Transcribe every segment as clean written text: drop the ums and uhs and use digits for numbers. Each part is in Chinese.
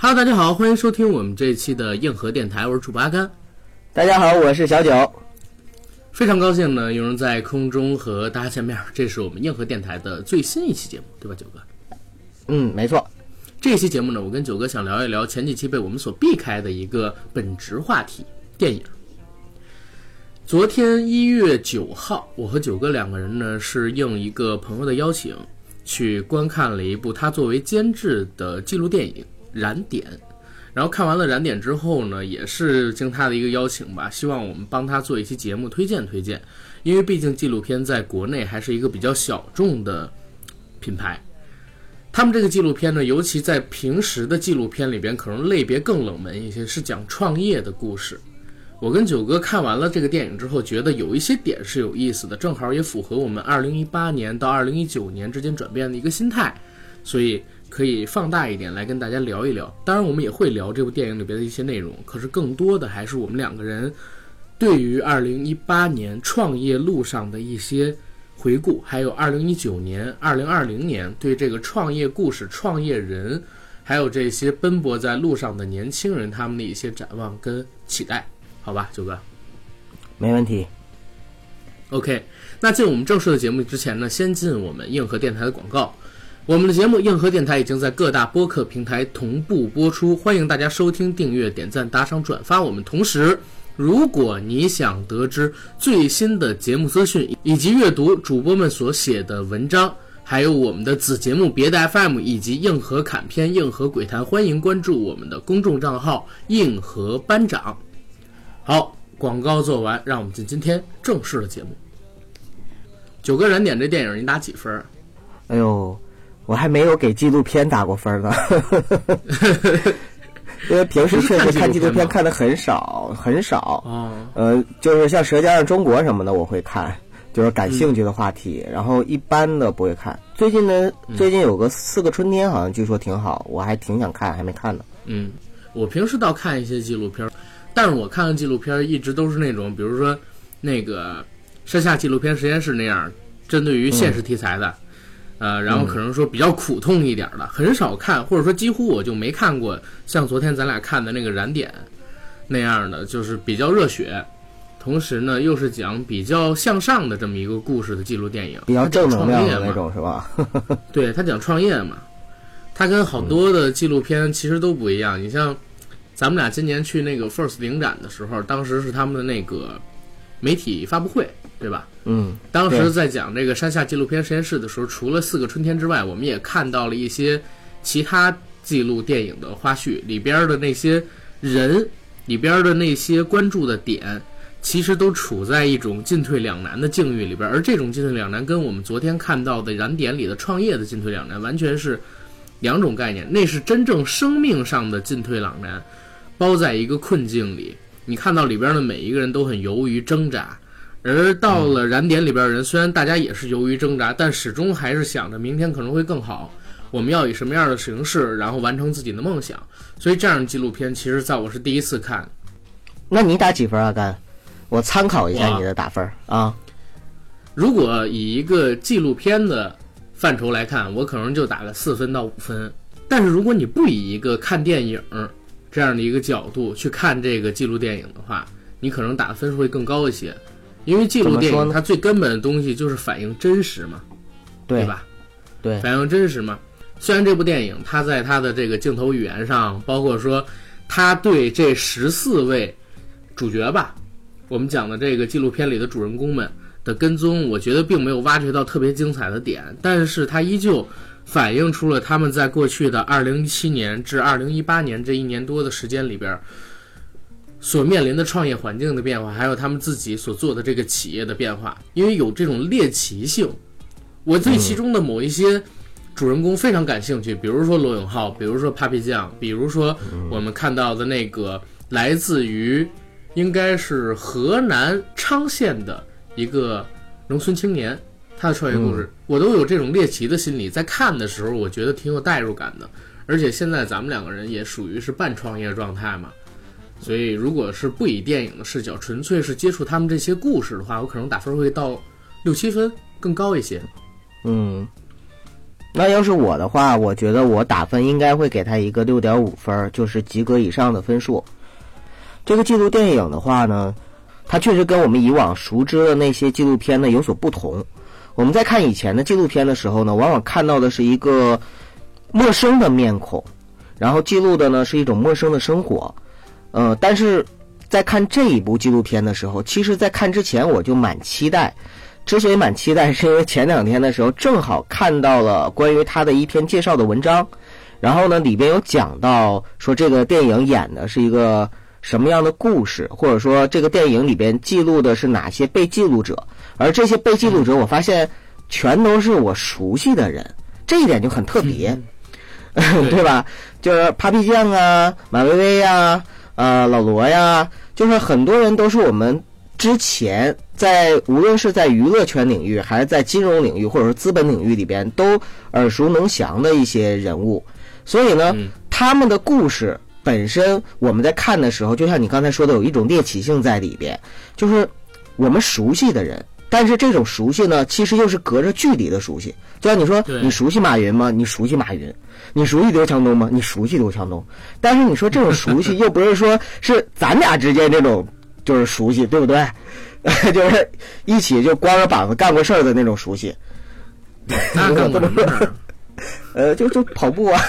Hello， 大家好，欢迎收听我们这一期的硬核电台，我是主播阿甘。 大家好，我是小九。 非常高兴呢，有人在空中和大家见面，这是我们硬核电台的最新一期节目，对吧，九哥？ 没错。 这期节目呢，我跟九哥想聊一聊前几期被我们所避开的一个本质话题——电影。昨天1月9号，我和九哥两个人呢是应一个朋友的邀请，去观看了一部他作为监制的纪录电影《燃点》。然后看完了《燃点》之后呢，也是经他的一个邀请吧，希望我们帮他做一期节目推荐，因为毕竟纪录片在国内还是一个比较小众的品牌。他们这个纪录片呢，尤其在平时的纪录片里边，可能类别更冷门一些，是讲创业的故事。我跟九哥看完了这个电影之后，觉得有一些点是有意思的，正好也符合我们2018年到2019年之间转变的一个心态，所以可以放大一点来跟大家聊一聊。当然我们也会聊这部电影里边的一些内容，可是更多的还是我们两个人对于2018年创业路上的一些回顾，还有2019年、2020年对这个创业故事、创业人，还有这些奔波在路上的年轻人他们的一些展望跟期待。好吧，九哥， 没问题。 OK， 那进我们正式的节目之前呢，先进我们硬核电台的广告。我们的节目硬核电台已经在各大播客平台同步播出，欢迎大家收听、订阅、点赞、打赏、转发我们。同时，如果你想得知最新的节目资讯，以及阅读主播们所写的文章，还有我们的子节目别的 FM 以及硬核侃片、硬核鬼谈，欢迎关注我们的公众账号硬核班长。好，广告做完，让我们进今天正式的节目。九哥，《燃点》这电影你打几分？ 哎呦，我还没有给纪录片打过分呢。因为平时确实看纪录片看的很少。就是像《舌尖上中国》什么的我会看，就是感兴趣的话题，然后一般的不会看。最近有个4个春天，好像据说挺好，我还挺想看，还没看呢。 我平时倒看一些纪录片，但是我看的纪录片一直都是那种，比如说那个山下纪录片实验室那样，针对于现实题材的，然后可能说比较苦痛一点的，很少看，或者说几乎我就没看过像昨天咱俩看的那个《燃点》那样的，就是比较热血，同时呢又是讲比较向上的这么一个故事的纪录电影， 比较正能量的那种是吧？ 对，他讲创业嘛，他跟好多的纪录片其实都不一样。你像咱们俩今年去那个 First 影展的时候，当时是他们的那个媒体发布会，对吧？当时在讲这个山下纪录片实验室的时候，除了4个春天之外，我们也看到了一些其他记录电影的花絮，里边的那些人，里边的那些关注的点，其实都处在一种进退两难的境遇里边。而这种进退两难跟我们昨天看到的《燃点》里的创业的进退两难完全是两种概念，那是真正生命上的进退两难，包在一个困境里，你看到里边的每一个人都很犹豫挣扎，而到了燃点里边的人，虽然大家也是犹豫挣扎，但始终还是想着明天可能会更好，我们要以什么样的形式然后完成自己的梦想。所以这样的纪录片其实在我是第一次看。 那你打几分啊，甘？我参考一下你的打分啊。 如果以一个纪录片的范畴来看，我可能就打个4分到5分。但是如果你不以一个看电影这样的一个角度去看这个纪录电影的话，你可能打的分数会更高一些。因为纪录电影它最根本的东西就是反映真实嘛，对吧？ 对， 反映真实嘛。虽然这部电影它在它的这个镜头语言上，包括说它对这14位主角吧，我们讲的这个纪录片里的主人公们的跟踪，我觉得并没有挖掘到特别精彩的点，但是它依旧反映出了他们在过去的2017年至2018年这1年多的时间里边所面临的创业环境的变化，还有他们自己所做的这个企业的变化。因为有这种猎奇性，我对其中的某一些主人公非常感兴趣，比如说罗永浩，比如说 Papi 酱，比如说我们看到的那个来自于应该是河南昌县的一个农村青年，他的创业故事，我都有这种猎奇的心理，在看的时候我觉得挺有代入感的。而且现在咱们两个人也属于是半创业状态嘛，所以如果是不以电影的视角，纯粹是接触他们这些故事的话，我可能打分会到6-7分更高一些。 那要是我的话，我觉得我打分应该会给他一个 6.5 分，就是及格以上的分数。这个纪录电影的话呢，它确实跟我们以往熟知的那些纪录片呢有所不同。我们在看以前的纪录片的时候呢，往往看到的是一个陌生的面孔，然后记录的呢是一种陌生的生活。但是在看这一部纪录片的时候，其实在看之前我就蛮期待。之所以蛮期待，是因为前2天的时候正好看到了关于他的一篇介绍的文章，然后呢里边有讲到说这个电影演的是一个什么样的故事，或者说这个电影里边记录的是哪些被记录者，而这些被记录者我发现全都是我熟悉的人，这一点就很特别，对吧？就是 Papi 酱啊、马薇薇啊、老罗呀，就是很多人都是我们之前在无论是在娱乐圈领域还是在金融领域或者说资本领域里边都耳熟能详的一些人物，所以呢他们的故事本身我们在看的时候，就像你刚才说的，有一种猎奇性在里边，就是我们熟悉的人，但是这种熟悉呢其实又是隔着距离的熟悉。就像你说你熟悉马云吗？你熟悉马云。你熟悉刘强东吗？你熟悉刘强东。但是你说这种熟悉又不是说是咱俩之间这种就是熟悉，对不对？就是一起就光着膀子干过事儿的那种熟悉。 那干过什么事儿？ 就跑步啊。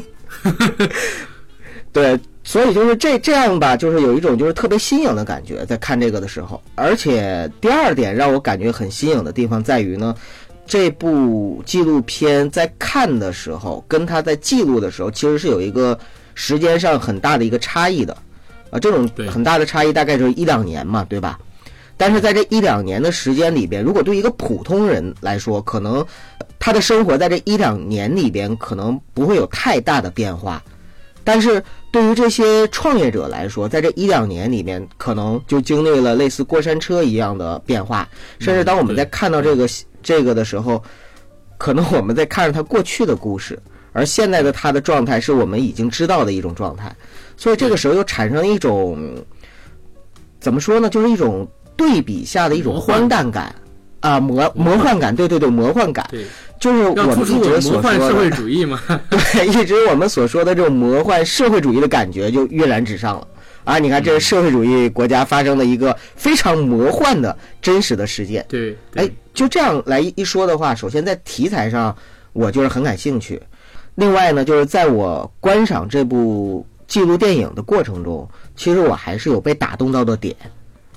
对，所以就是这样吧，就是有一种就是特别新颖的感觉在看这个的时候。而且第二点让我感觉很新颖的地方在于呢，这部纪录片在看的时候跟他在记录的时候其实是有一个时间上很大的一个差异的。这种很大的差异大概就是1-2年嘛，对吧？但是在这1-2年的时间里边，如果对一个普通人来说，可能他的生活在这1-2年里边可能不会有太大的变化，但是对于这些创业者来说，在这1-2年里面可能就经历了类似过山车一样的变化，甚至当我们在看到这个的时候，可能我们在看着他过去的故事，而现在的他的状态是我们已经知道的一种状态，所以这个时候又产生了一种怎么说呢，就是一种对比下的一种荒诞感啊，魔幻感，对，魔幻感， 对， 就是我们一直所说的魔幻社会主义嘛， 对，一直我们所说的这种魔幻社会主义的感觉就跃然纸上了啊！你看，这是社会主义国家发生的一个非常魔幻的真实的事件， 对， 就这样来一说的话，首先在题材上我就是很感兴趣，另外呢，就是在我观赏这部纪录电影的过程中，其实我还是有被打动到的点，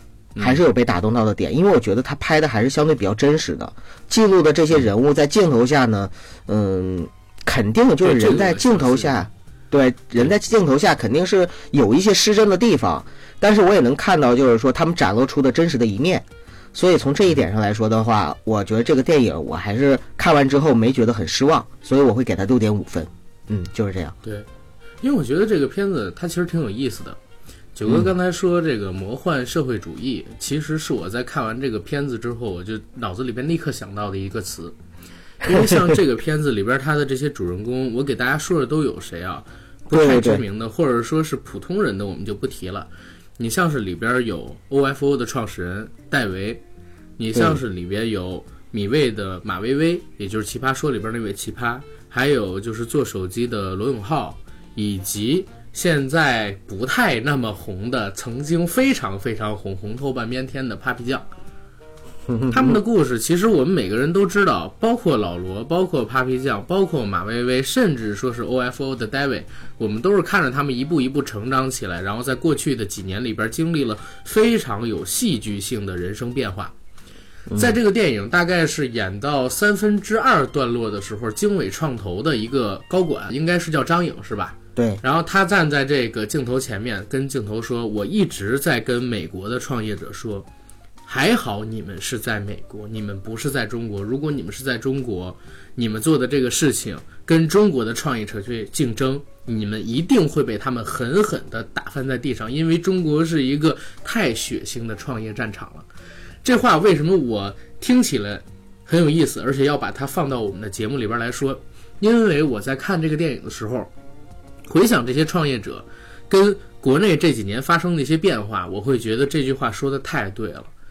因为我觉得他拍的还是相对比较真实的，记录的这些人物在镜头下呢，肯定就是人在镜头下，对，人在镜头下肯定是有一些失真的地方，但是我也能看到就是说他们展露出的真实的一面，所以从这一点上来说的话，我觉得这个电影我还是看完之后没觉得很失望，所以我会给他6.5分。就是这样。 对，因为我觉得这个片子它其实挺有意思的。九哥刚才说这个魔幻社会主义，其实是我在看完这个片子之后，我就脑子里边立刻想到的一个词。因为像这个片子里边它的这些主人公，我给大家说的都有谁啊？不太知名的，或者说是普通人的，我们就不提了。你像是里边有 OFO 的创始人戴维，你像是里边有米未的马薇薇，也就是奇葩说里边那位奇葩，还有就是做手机的罗永浩，以及现在不太那么红的，曾经非常非常红透半边天的 Papi 酱。他们的故事其实我们每个人都知道，包括老罗，包括 Papi 酱，包括马薇薇，甚至说是 OFO 的 David， 我们都是看着他们一步一步成长起来，然后在过去的几年里边经历了非常有戏剧性的人生变化。在这个电影大概是演到2/3段落的时候，经纬创投的一个高管，应该是叫张颖是吧？ 对。 然后他站在这个镜头前面跟镜头说，我一直在跟美国的创业者说，还好你们是在美国，你们不是在中国，如果你们是在中国，你们做的这个事情跟中国的创业者去竞争，你们一定会被他们狠狠地打翻在地上，因为中国是一个太血腥的创业战场了。这话为什么我听起来很有意思，而且要把它放到我们的节目里边来说？因为我在看这个电影的时候，回想这些创业者跟国内这几年发生的一些变化，我会觉得这句话说的太对了。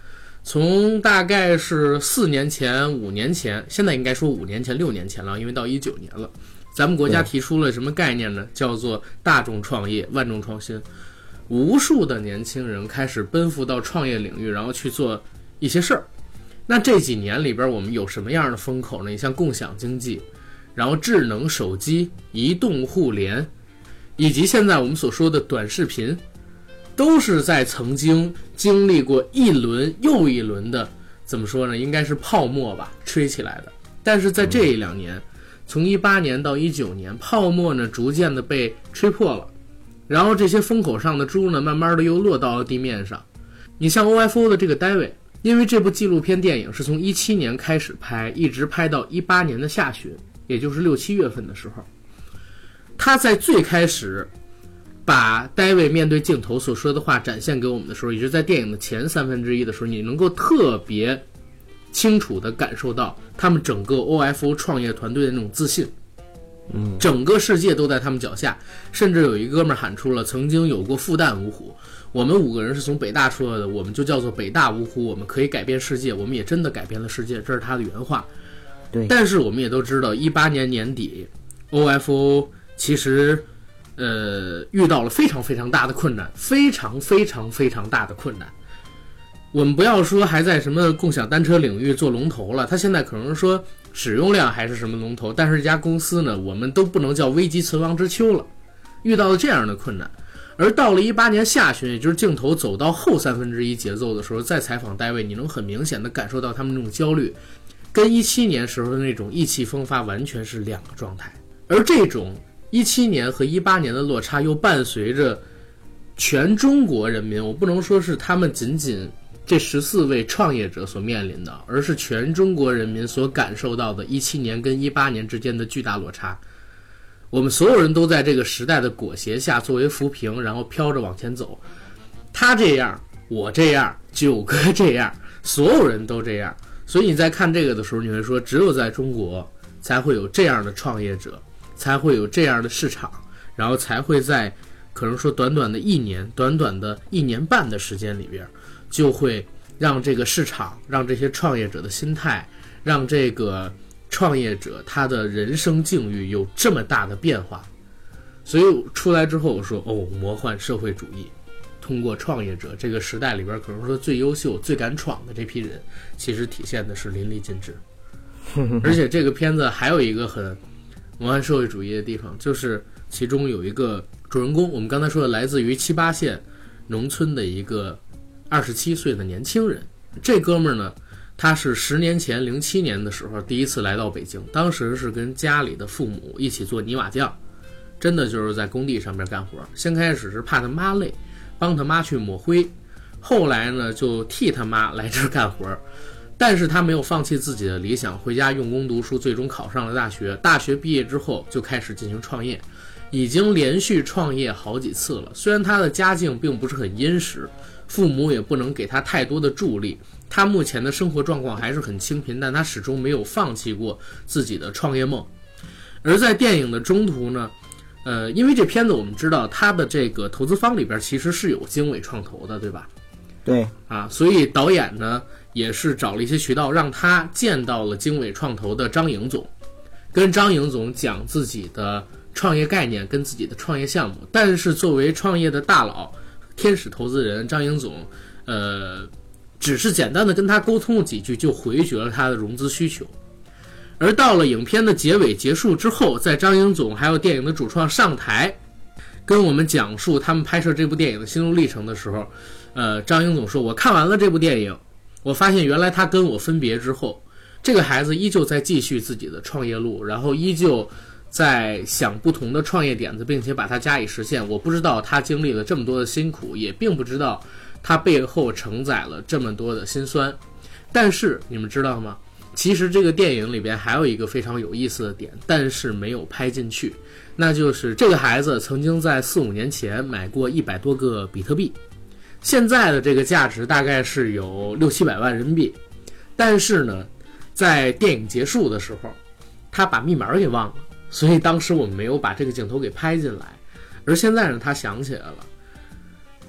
从大概是4年前、5年前，现在应该说5年前、6年前了，因为到19年了，咱们国家提出了什么概念呢？叫做大众创业、万众创新。无数的年轻人开始奔赴到创业领域，然后去做一些事儿。那这几年里边，我们有什么样的风口呢？你像共享经济，然后智能手机、移动互联，以及现在我们所说的短视频，都是在曾经经历过一轮又一轮的，怎么说呢？应该是泡沫吧，吹起来的。但是在这1-2年，从18年到19年，泡沫呢逐渐的被吹破了，然后这些风口上的猪呢，慢慢的又落到了地面上。你像 OFO 的这个 David， 因为这部纪录片电影是从17年开始拍，一直拍到18年的下旬，也就是6、7月份的时候，他在最开始把 David 面对镜头所说的话展现给我们的时候，也是在电影的前1/3的时候，你能够特别清楚地感受到他们整个 OFO 创业团队的那种自信。整个世界都在他们脚下，甚至有一哥们儿喊出了曾经有过复旦芜湖，我们5个人是从北大出来的，我们就叫做北大芜湖，我们可以改变世界，我们也真的改变了世界，这是他的原话。 对， 但是我们也都知道18年年底 OFO 其实遇到了非常非常大的困难，非常非常非常大的困难。我们不要说还在什么共享单车领域做龙头了，他现在可能说使用量还是什么龙头，但是这家公司呢，我们都不能叫危机存亡之秋了，遇到了这样的困难。而到了18年下旬，也就是镜头走到后1/3节奏的时候，再采访戴维，你能很明显的感受到他们那种焦虑，跟17年时候的那种意气风发完全是2个状态。而这种17年和18年的落差，又伴随着全中国人民，我不能说是他们仅仅这14位创业者所面临的，而是全中国人民所感受到的17年跟18年之间的巨大落差。我们所有人都在这个时代的裹挟下作为浮萍，然后飘着往前走。他这样，我这样，九哥这样，所有人都这样。所以你在看这个的时候，你会说，只有在中国才会有这样的创业者，才会有这样的市场，然后才会在可能说短短的1年、短短的1年半的时间里边，就会让这个市场，让这些创业者的心态，让这个创业者他的人生境遇有这么大的变化。所以出来之后我说，魔幻社会主义通过创业者这个时代里边可能说最优秀最敢闯的这批人，其实体现的是淋漓尽致。而且这个片子还有一个很魔幻社会主义的地方，就是其中有一个主人公，我们刚才说的来自于7、8线农村的一个27岁的年轻人。这哥们儿呢，他是10年前07年的时候第一次来到北京，当时是跟家里的父母一起做泥瓦匠，真的就是在工地上面干活。先开始是怕他妈累，帮他妈去抹灰，后来呢就替他妈来这儿干活。但是他没有放弃自己的理想，回家用功读书，最终考上了大学。大学毕业之后就开始进行创业，已经连续创业好几次了。虽然他的家境并不是很殷实，父母也不能给他太多的助力，他目前的生活状况还是很清贫，但他始终没有放弃过自己的创业梦。而在电影的中途呢，因为这片子我们知道他的这个投资方里边其实是有经纬创投的，对吧？ 对啊，所以导演呢也是找了一些渠道，让他见到了经纬创投的张颖总，跟张颖总讲自己的创业概念跟自己的创业项目。但是作为创业的大佬，天使投资人张颖总只是简单的跟他沟通了几句，就回绝了他的融资需求。而到了影片的结尾结束之后，在张颖总还有电影的主创上台跟我们讲述他们拍摄这部电影的心路历程的时候，张颖总说，我看完了这部电影，我发现原来他跟我分别之后，这个孩子依旧在继续自己的创业路，然后依旧在想不同的创业点子，并且把它加以实现。我不知道他经历了这么多的辛苦，也并不知道他背后承载了这么多的辛酸。但是你们知道吗？其实这个电影里边还有一个非常有意思的点，但是没有拍进去，那就是这个孩子曾经在4、5年前买过100多个比特币，现在的这个价值大概是有6、700万人民币。但是呢，在电影结束的时候，他把密码给忘了，所以当时我们没有把这个镜头给拍进来。而现在呢，他想起来了。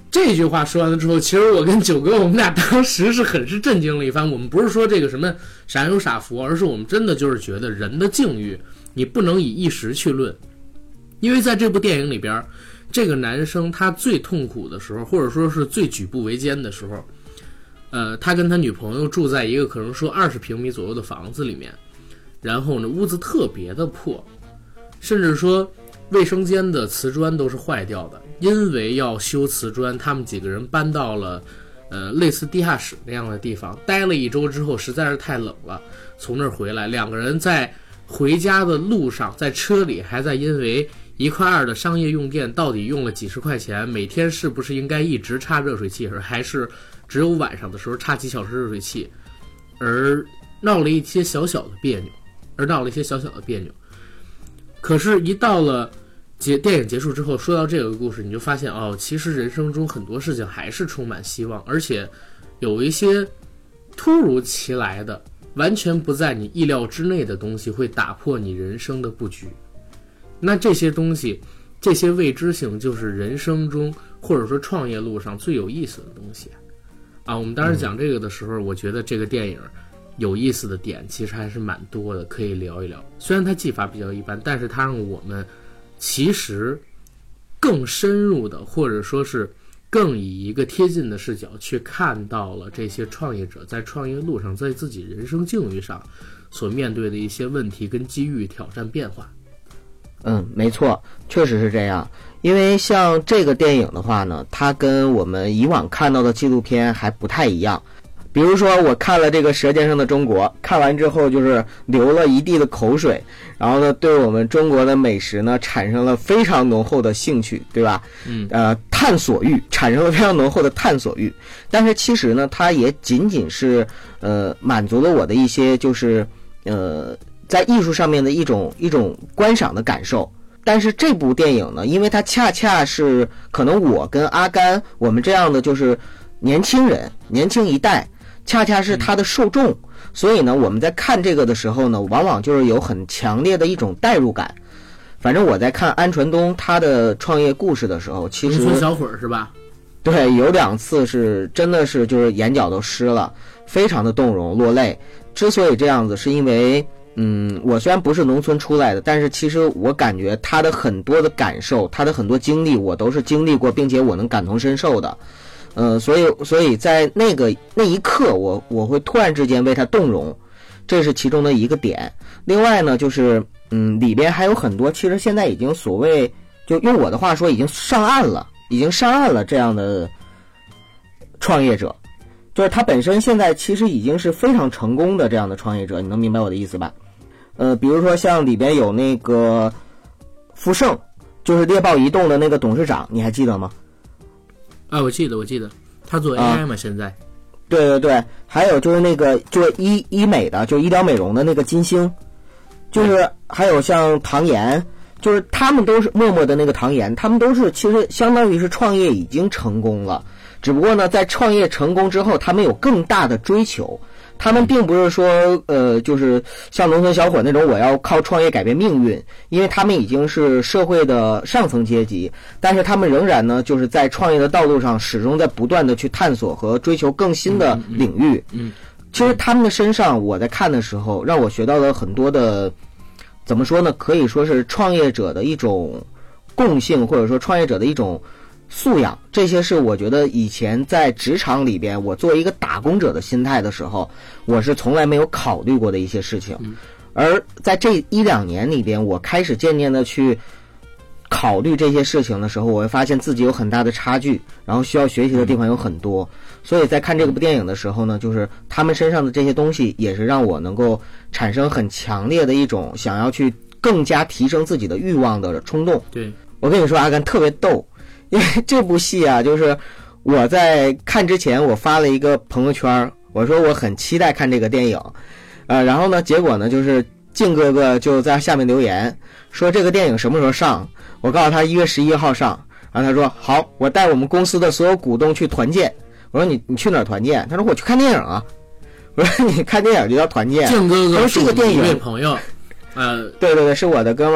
这句话说完了之后，其实我跟九哥我们俩当时是很是震惊了一番。我们不是说这个什么傻人有傻福，而是我们真的就是觉得人的境遇你不能以一时去论。因为在这部电影里边，这个男生他最痛苦的时候，或者说是最举步维艰的时候，他跟他女朋友住在一个可能说20平米左右的房子里面，然后呢屋子特别的破，甚至说卫生间的瓷砖都是坏掉的。因为要修瓷砖，他们几个人搬到了类似地下室那样的地方，待了1周之后实在是太冷了，从那儿回来，2个人在回家的路上，在车里还在因为1.2块的商业用电到底用了几十块钱，每天是不是应该一直插热水器，还是只有晚上的时候插几小时热水器，而闹了一些小小的别扭。可是一到了电影结束之后，说到这个故事，你就发现其实人生中很多事情还是充满希望，而且有一些突如其来的完全不在你意料之内的东西会打破你人生的布局。那这些东西，这些未知性，就是人生中或者说创业路上最有意思的东西啊。我们当时讲这个的时候，我觉得这个电影有意思的点其实还是蛮多的，可以聊一聊。虽然它技法比较一般，但是它让我们其实更深入的，或者说是更以一个贴近的视角去看到了这些创业者在创业路上，在自己人生境遇上所面对的一些问题跟机遇、挑战、变化。 没错，确实是这样。因为像这个电影的话呢，它跟我们以往看到的纪录片还不太一样。比如说我看了这个《舌尖上的中国》，看完之后就是流了一地的口水，然后呢对我们中国的美食呢产生了非常浓厚的兴趣，对吧？探索欲，产生了非常浓厚的探索欲。但是其实呢它也仅仅是满足了我的一些就是在艺术上面的一种观赏的感受。但是这部电影呢，因为它恰恰是可能我跟阿甘我们这样的就是年轻人，年轻一代恰恰是他的受众，所以呢我们在看这个的时候呢，往往就是有很强烈的一种代入感。反正我在看安传东他的创业故事的时候，其实农村小伙是吧？ 对，有2次是真的是就是眼角都湿了，非常的动容落泪。之所以这样子是因为我虽然不是农村出来的，但是其实我感觉他的很多的感受，他的很多经历我都是经历过，并且我能感同身受的。所以在那一刻我会突然之间为他动容，这是其中的一个点。另外呢就是里边还有很多其实现在已经所谓就用我的话说已经上岸了这样的创业者，就是他本身现在其实已经是非常成功的这样的创业者，你能明白我的意思吧？比如说像里边有那个傅盛，就是猎豹移动的那个董事长，你还记得吗？ 我记得他做 AI 嘛，现在。 对，还有就是那个做医美的，就医疗美容的那个金星，就是还有像唐岩，就是他们都是默默的那个唐岩，他们都是其实相当于是创业已经成功了，只不过呢在创业成功之后他们有更大的追求。他们并不是说就是像农村小伙那种我要靠创业改变命运，因为他们已经是社会的上层阶级，但是他们仍然呢就是在创业的道路上始终在不断的去探索和追求更新的领域。其实他们的身上我在看的时候让我学到了很多的，怎么说呢，可以说是创业者的一种共性，或者说创业者的一种素养。这些是我觉得以前在职场里边我作为一个打工者的心态的时候我是从来没有考虑过的一些事情。而在这1-2年里边我开始渐渐的去考虑这些事情的时候，我会发现自己有很大的差距，然后需要学习的地方有很多。所以在看这部电影的时候呢，就是他们身上的这些东西也是让我能够产生很强烈的一种想要去更加提升自己的欲望的冲动。 对， 我跟你说阿甘特别逗，因为这部戏啊，就是我在看之前我发了一个朋友圈，我说我很期待看这个电影，然后呢结果呢就是静哥哥就在下面留言说这个电影什么时候上，我告诉他1月11号上，然后他说好，我带我们公司的所有股东去团建。我说你去哪儿团建？他说我去看电影啊。我说你看电影就叫团建？ 静哥哥是个电影一位朋友， 对，是我的哥们儿。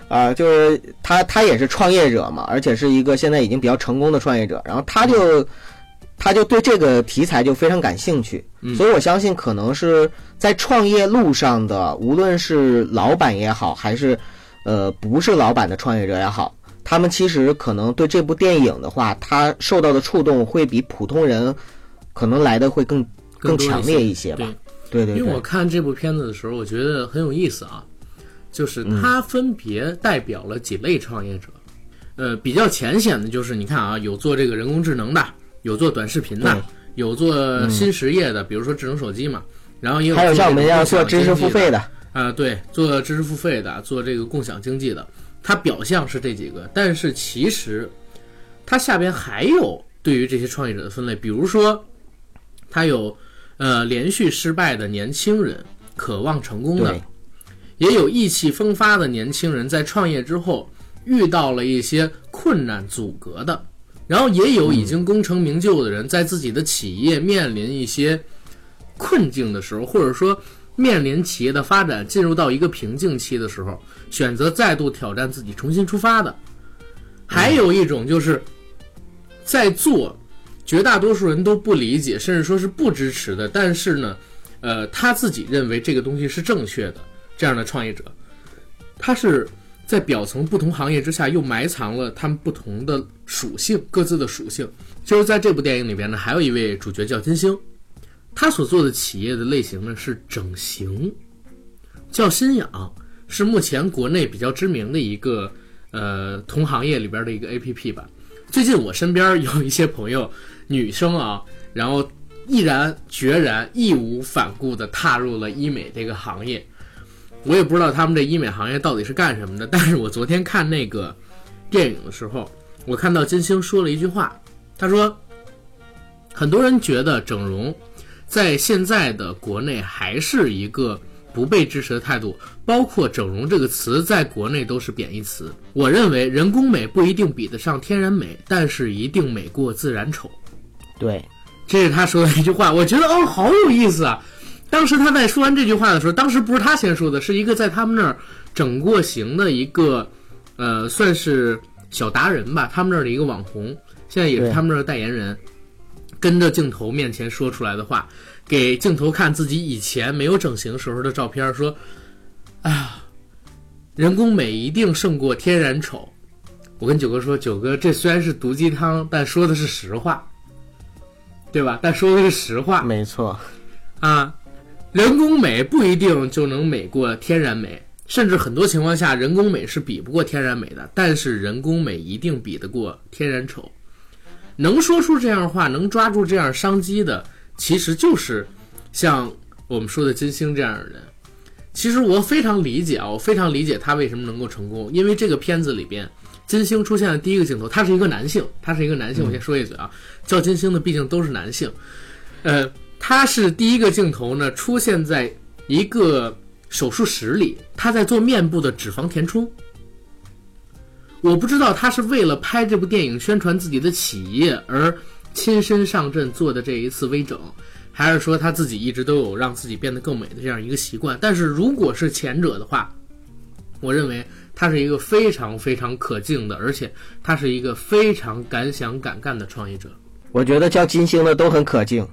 就是他也是创业者嘛，而且是一个现在已经比较成功的创业者，然后他就对这个题材就非常感兴趣，所以我相信可能是在创业路上的，无论是老板也好，还是不是老板的创业者也好，他们其实可能对这部电影的话，他受到的触动会比普通人可能来的会更强烈一些吧。对， 因为我看这部片子的时候，我觉得很有意思啊，就是它分别代表了几类创业者。比较浅显的就是你看啊，有做这个人工智能的，有做短视频的，有做新实业的，比如说智能手机嘛，然后也有还有像我们一样做知识付费的对，做知识付费的，做这个共享经济的，它表象是这几个，但是其实它下边还有对于这些创业者的分类，比如说它有连续失败的年轻人，渴望成功的，也有意气风发的年轻人在创业之后遇到了一些困难阻隔的，然后也有已经功成名就的人在自己的企业面临一些困境的时候，或者说面临企业的发展进入到一个瓶颈期的时候，选择再度挑战自己，重新出发的。还有一种就是在做绝大多数人都不理解甚至说是不支持的，但是呢他自己认为这个东西是正确的这样的创业者，他是在表层不同行业之下又埋藏了他们不同的属性，各自的属性。就是在这部电影里边呢，还有一位主角叫金星，他所做的企业的类型呢是整形，叫新氧，是目前国内比较知名的一个同行业里边的一个 APP 吧。最近我身边有一些朋友女生啊，然后毅然决然义无反顾地踏入了医美这个行业。我也不知道他们这医美行业到底是干什么的，但是我昨天看那个电影的时候，我看到金星说了一句话，他说很多人觉得整容在现在的国内还是一个不被支持的态度，包括整容这个词在国内都是贬义词。我认为人工美不一定比得上天然美，但是一定美过自然丑。 对， 这是他说的一句话，我觉得好有意思啊。当时他在说完这句话的时候，当时不是他先说的，是一个在他们那儿整过型的一个算是小达人吧，他们那儿的一个网红，现在也是他们那儿的代言人，跟着镜头面前说出来的话，给镜头看自己以前没有整形时候的照片，说哎呀，人工美一定胜过天然丑。我跟九哥说，九哥这虽然是毒鸡汤，但说的是实话，对吧？但说的是实话， 没错啊。人工美不一定就能美过天然美，甚至很多情况下人工美是比不过天然美的，但是人工美一定比得过天然丑。能说出这样的话，能抓住这样商机的，其实就是像我们说的金星这样的人。其实我非常理解啊，我非常理解他为什么能够成功，因为这个片子里边金星出现的第一个镜头，他是一个男性，我先说一嘴啊，叫金星的毕竟都是男性，他是第一个镜头呢出现在一个手术室里，他在做面部的脂肪填充。我不知道他是为了拍这部电影宣传自己的企业而亲身上阵做的这一次微整，还是说他自己一直都有让自己变得更美的这样一个习惯。但是如果是前者的话，我认为他是一个非常非常可敬的，而且他是一个非常敢想敢干的创业者。 我觉得叫金星的都很可敬。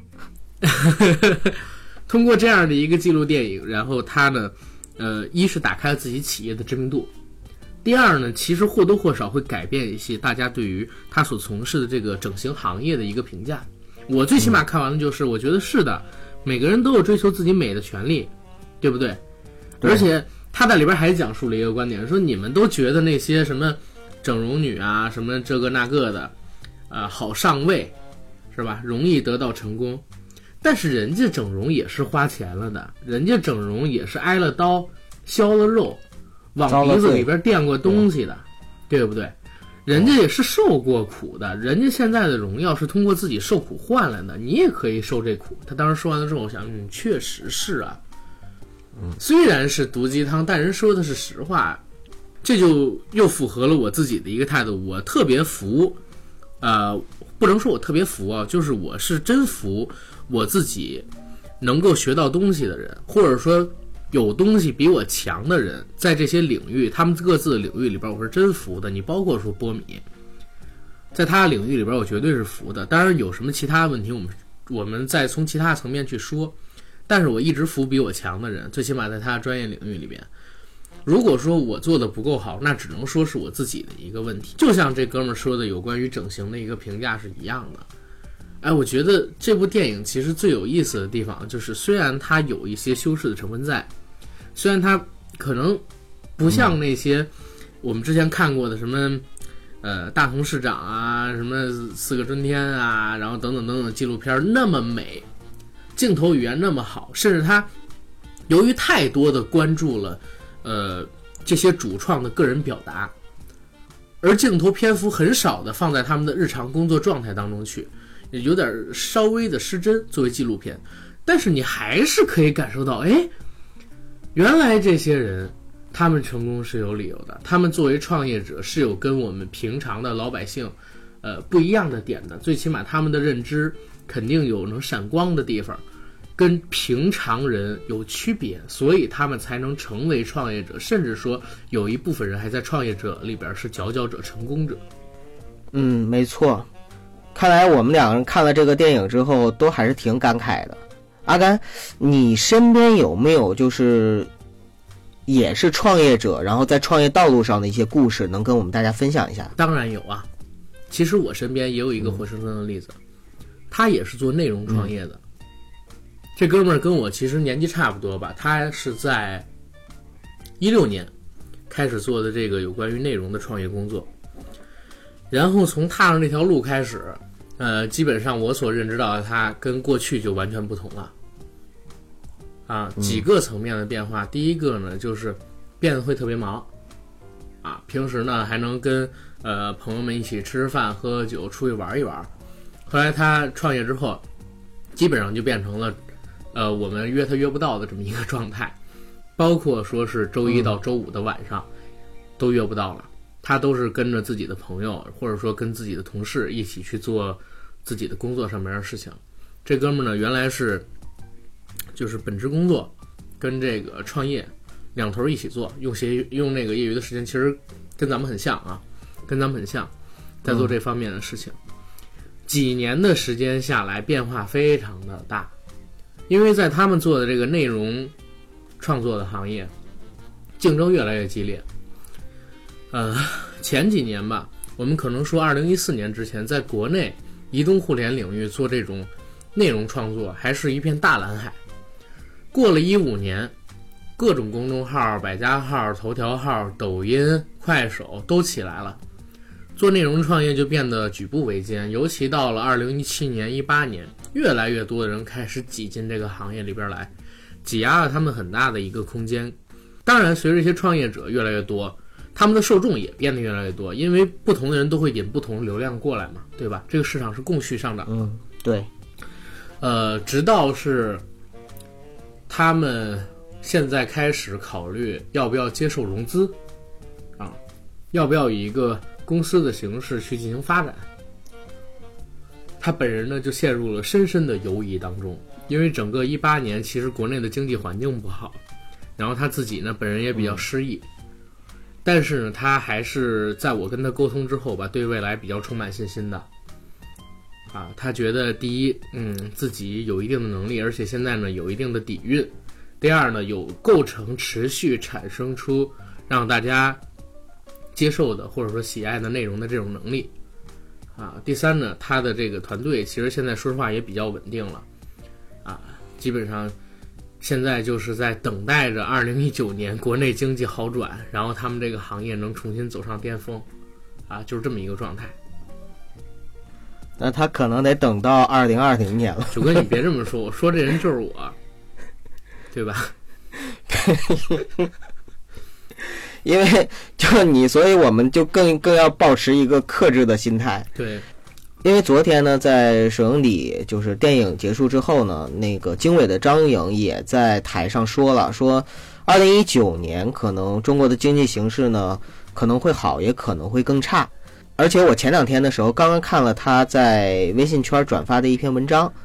通过这样的一个记录电影，然后他呢一是打开了自己企业的知名度，第二呢其实或多或少会改变一些大家对于他所从事的这个整形行业的一个评价。我最起码看完了就是我觉得是的，每个人都有追求自己美的权利，对不对？而且他在里边还讲述了一个观点，说你们都觉得那些什么整容女啊什么这个那个的好上位是吧，容易得到成功，但是人家整容也是花钱了的，人家整容也是挨了刀削了肉往鼻子里边垫过东西的，对不对？人家也是受过苦的，人家现在的荣耀是通过自己受苦换来的，你也可以受这苦。他当时说完了之后，我想确实是啊，虽然是毒鸡汤，但人说的是实话，这就又符合了我自己的一个态度。我特别服不能说我特别服啊，就是我是真服我自己能够学到东西的人，或者说有东西比我强的人，在这些领域，他们各自的领域里边，我是真服的。你包括说波米，在他的领域里边，我绝对是服的。当然有什么其他问题，我们再从其他层面去说。但是我一直服比我强的人，最起码在他的专业领域里边。如果说我做的不够好，那只能说是我自己的一个问题。就像这哥们儿说的有关于整形的一个评价是一样的。哎，我觉得这部电影其实最有意思的地方就是，虽然它有一些修饰的成分在，虽然它可能不像那些我们之前看过的什么大同市长啊，什么四个春天啊，然后等等等等纪录片那么美，镜头语言那么好，甚至它由于太多的关注了这些主创的个人表达，而镜头篇幅很少的放在他们的日常工作状态当中去，有点稍微的失真作为纪录片。但是你还是可以感受到，哎，原来这些人他们成功是有理由的，他们作为创业者是有跟我们平常的老百姓不一样的点的，最起码他们的认知肯定有能闪光的地方，跟平常人有区别，所以他们才能成为创业者，甚至说有一部分人还在创业者里边是佼佼者、成功者。 没错。看来我们两个人看了这个电影之后都还是挺感慨的。阿甘，你身边有没有就是也是创业者，然后在创业道路上的一些故事能跟我们大家分享一下？ 当然有啊，其实我身边也有一个活生生的例子，他也是做内容创业的。这哥们儿跟我其实年纪差不多吧，他是在16年开始做的这个有关于内容的创业工作，然后从踏上这条路开始，基本上我所认知到的他跟过去就完全不同了。几个层面的变化。第一个呢，就是变得会特别忙，平时呢还能跟朋友们一起吃饭、喝酒、出去玩一玩。后来他创业之后，基本上就变成了我们约他约不到的这么一个状态，包括说是周一到周五的晚上都约不到了。他都是跟着自己的朋友，或者说跟自己的同事一起去做自己的工作上面的事情。这哥们儿呢，原来是就是本职工作跟这个创业两头一起做，用那个业余的时间，其实跟咱们很像啊，在做这方面的事情。几年的时间下来，变化非常的大，因为在他们做的这个内容创作的行业，竞争越来越激烈。前几年吧，我们可能说2014年之前，在国内移动互联领域做这种内容创作还是一片大蓝海。过了15年，各种公众号、百家号、头条号、抖音、快手都起来了，做内容创业就变得举步维艰。尤其到了2017年、18年，越来越多的人开始挤进这个行业里边来，挤压了他们很大的一个空间。当然，随着这些创业者越来越多，他们的受众也变得越来越多，因为不同的人都会引不同的流量过来嘛，对吧？这个市场是供需上涨的。 对。 直到是他们现在开始考虑要不要接受融资，要不要以一个公司的形式去进行发展。他本人呢就陷入了深深的犹疑当中，因为整个18年其实国内的经济环境不好，然后他自己呢本人也比较失意。但是呢，他还是在我跟他沟通之后吧，对未来比较充满信心的。他觉得第一，自己有一定的能力，而且现在呢有一定的底蕴。第二呢，有构成持续产生出让大家接受的或者说喜爱的内容的这种能力。第三呢，他的这个团队其实现在说实话也比较稳定了。基本上现在就是在等待着2019年国内经济好转，然后他们这个行业能重新走上巅峰，就是这么一个状态。 那他可能得等到2020年了。 九哥，你别这么说，我说这人就是我，对吧？ 因为就你，所以我们就更要保持一个克制的心态。 对。 因为昨天呢，在首映礼就是电影结束之后呢，那个经纬的张颖也在台上说了，说2019年可能中国的经济形势呢可能会好，也可能会更差。而且我前2天的时候刚刚看了他在微信圈转发的一篇文章，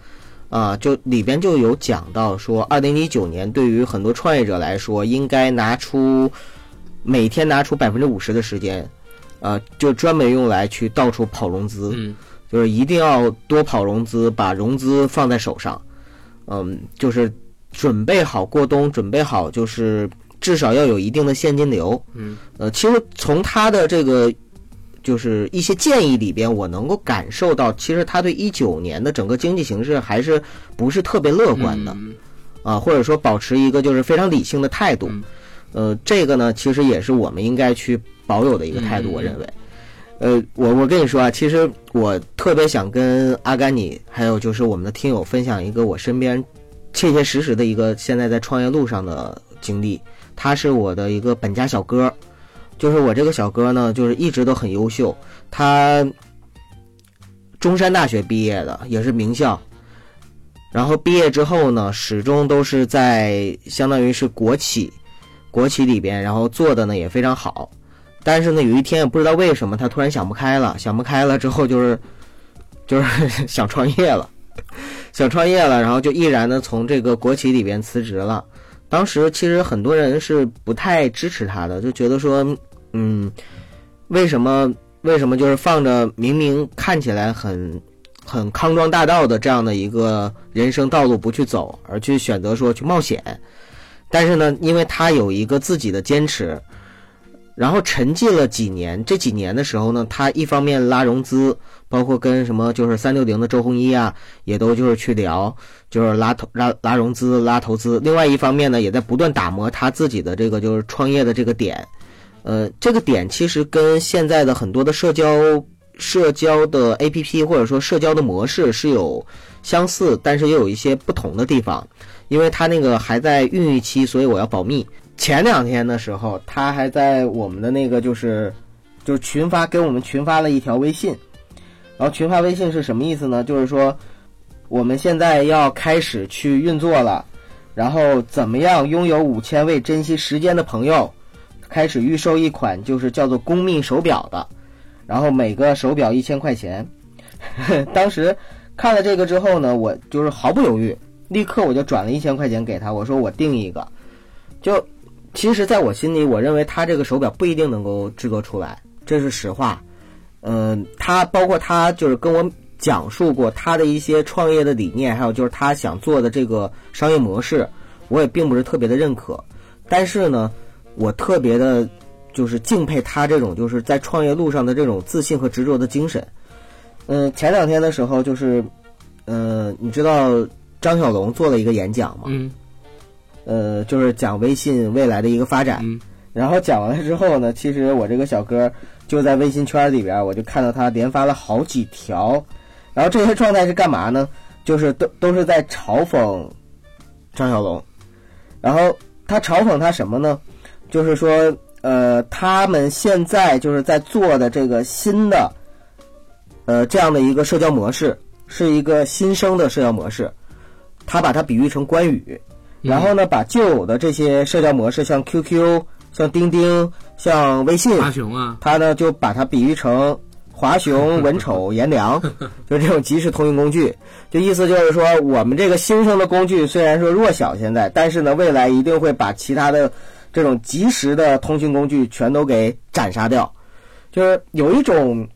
就里边就有讲到说2019年对于很多创业者来说，应该每天拿出50%的时间，就专门用来去到处跑融资，就是一定要多跑融资，把融资放在手上，就是准备好过冬，准备好就是至少要有一定的现金流。其实从他的这个就是一些建议里边，我能够感受到，其实他对19年的整个经济形势还是不是特别乐观的，或者说保持一个就是非常理性的态度。这个呢，其实也是我们应该去保有的一个态度，我认为。我跟你说啊，其实我特别想跟阿甘你还有就是我们的听友分享一个我身边切切实实的一个现在在创业路上的经历。他是我的一个本家小哥，就是我这个小哥呢，就是一直都很优秀，他中山大学毕业的，也是名校，然后毕业之后呢，始终都是在相当于是国企里边，然后做的呢也非常好。但是呢，有一天也不知道为什么，他突然想不开了之后就是想创业了，然后就毅然的从这个国企里边辞职了。当时其实很多人是不太支持他的，就觉得说，为什么就是放着明明看起来很康庄大道的这样的一个人生道路不去走，而去选择说去冒险。但是呢，因为他有一个自己的坚持，然后沉寂了几年，这几年的时候呢，他一方面拉融资，包括跟什么就是360的周鸿祎啊，也都就是去聊，就是拉融资拉投资。另外一方面呢，也在不断打磨他自己的这个就是创业的这个点。这个点其实跟现在的很多的社交的 APP 或者说社交的模式是有相似，但是也有一些不同的地方。因为他那个还在孕育期，所以我要保密。前2天的时候，他还在我们的那个就是群发给我们群发了一条微信，然后群发微信是什么意思呢？就是说我们现在要开始去运作了，然后怎么样拥有5000位珍惜时间的朋友，开始预售一款就是叫做公密手表的，然后每个手表1000块钱。当时看了这个之后呢，我就是毫不犹豫，立刻我就转了1000块钱给他，我说我订一个。就其实在我心里，我认为他这个手表不一定能够制作出来，这是实话。他包括他就是跟我讲述过他的一些创业的理念，还有就是他想做的这个商业模式，我也并不是特别的认可。但是呢，我特别的就是敬佩他这种就是在创业路上的这种自信和执着的精神。前2天的时候就是你知道张小龙做了一个演讲吗？就是讲微信未来的一个发展。然后讲完了之后呢，其实我这个小哥就在微信圈里边，我就看到他连发了好几条，然后这些状态是干嘛呢？就是都是在嘲讽张小龙。然后他嘲讽他什么呢？就是说他们现在就是在做的这个新的这样的一个社交模式，是一个新生的社交模式，他把它比喻成关羽。然后呢，把旧有的这些社交模式，像 QQ、像钉钉、像微信， 华雄啊， 他呢就把它比喻成华雄、文丑、颜良，就这种即时通讯工具。就意思就是说，我们这个新生的工具虽然说弱小现在，但是呢，未来一定会把其他的这种即时的通讯工具全都给斩杀掉。就是有一种，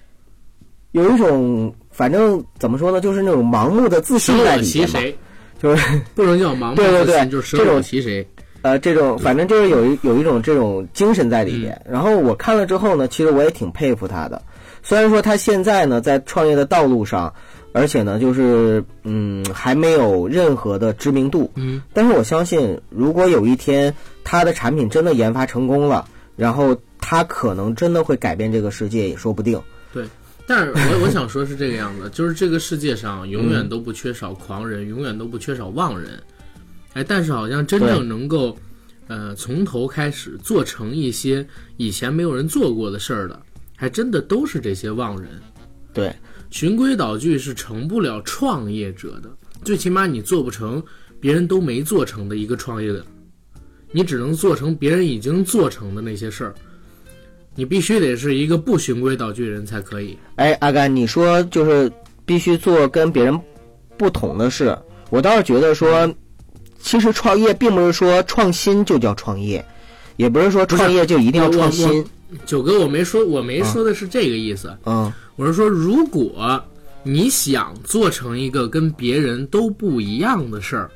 反正怎么说呢，就是那种盲目的自信在里面嘛。就是不能叫盲目自信，就是舍我其谁。 这种反正就是有一种这种精神在里边。然后我看了之后呢，其实我也挺佩服他的。虽然说他现在呢在创业的道路上，而且呢就是还没有任何的知名度。但是我相信，如果有一天他的产品真的研发成功了，然后他可能真的会改变这个世界，也说不定。 对。但是我想说是这个样子，就是这个世界上永远都不缺少狂人，永远都不缺少妄人。但是好像真正能够从头开始做成一些以前没有人做过的事儿的，还真的都是这些妄人。 对， 循规蹈矩是成不了创业者的，最起码你做不成别人都没做成的一个创业者，你只能做成别人已经做成的那些事儿。你必须得是一个不循规蹈矩的人才可以。 阿甘，你说就是必须做跟别人不同的是，我倒是觉得说，其实创业并不是说创新就叫创业，也不是说创业就一定要创新。 九哥，我没说的是这个意思。我是说，如果你想做成一个跟别人都不一样的事儿，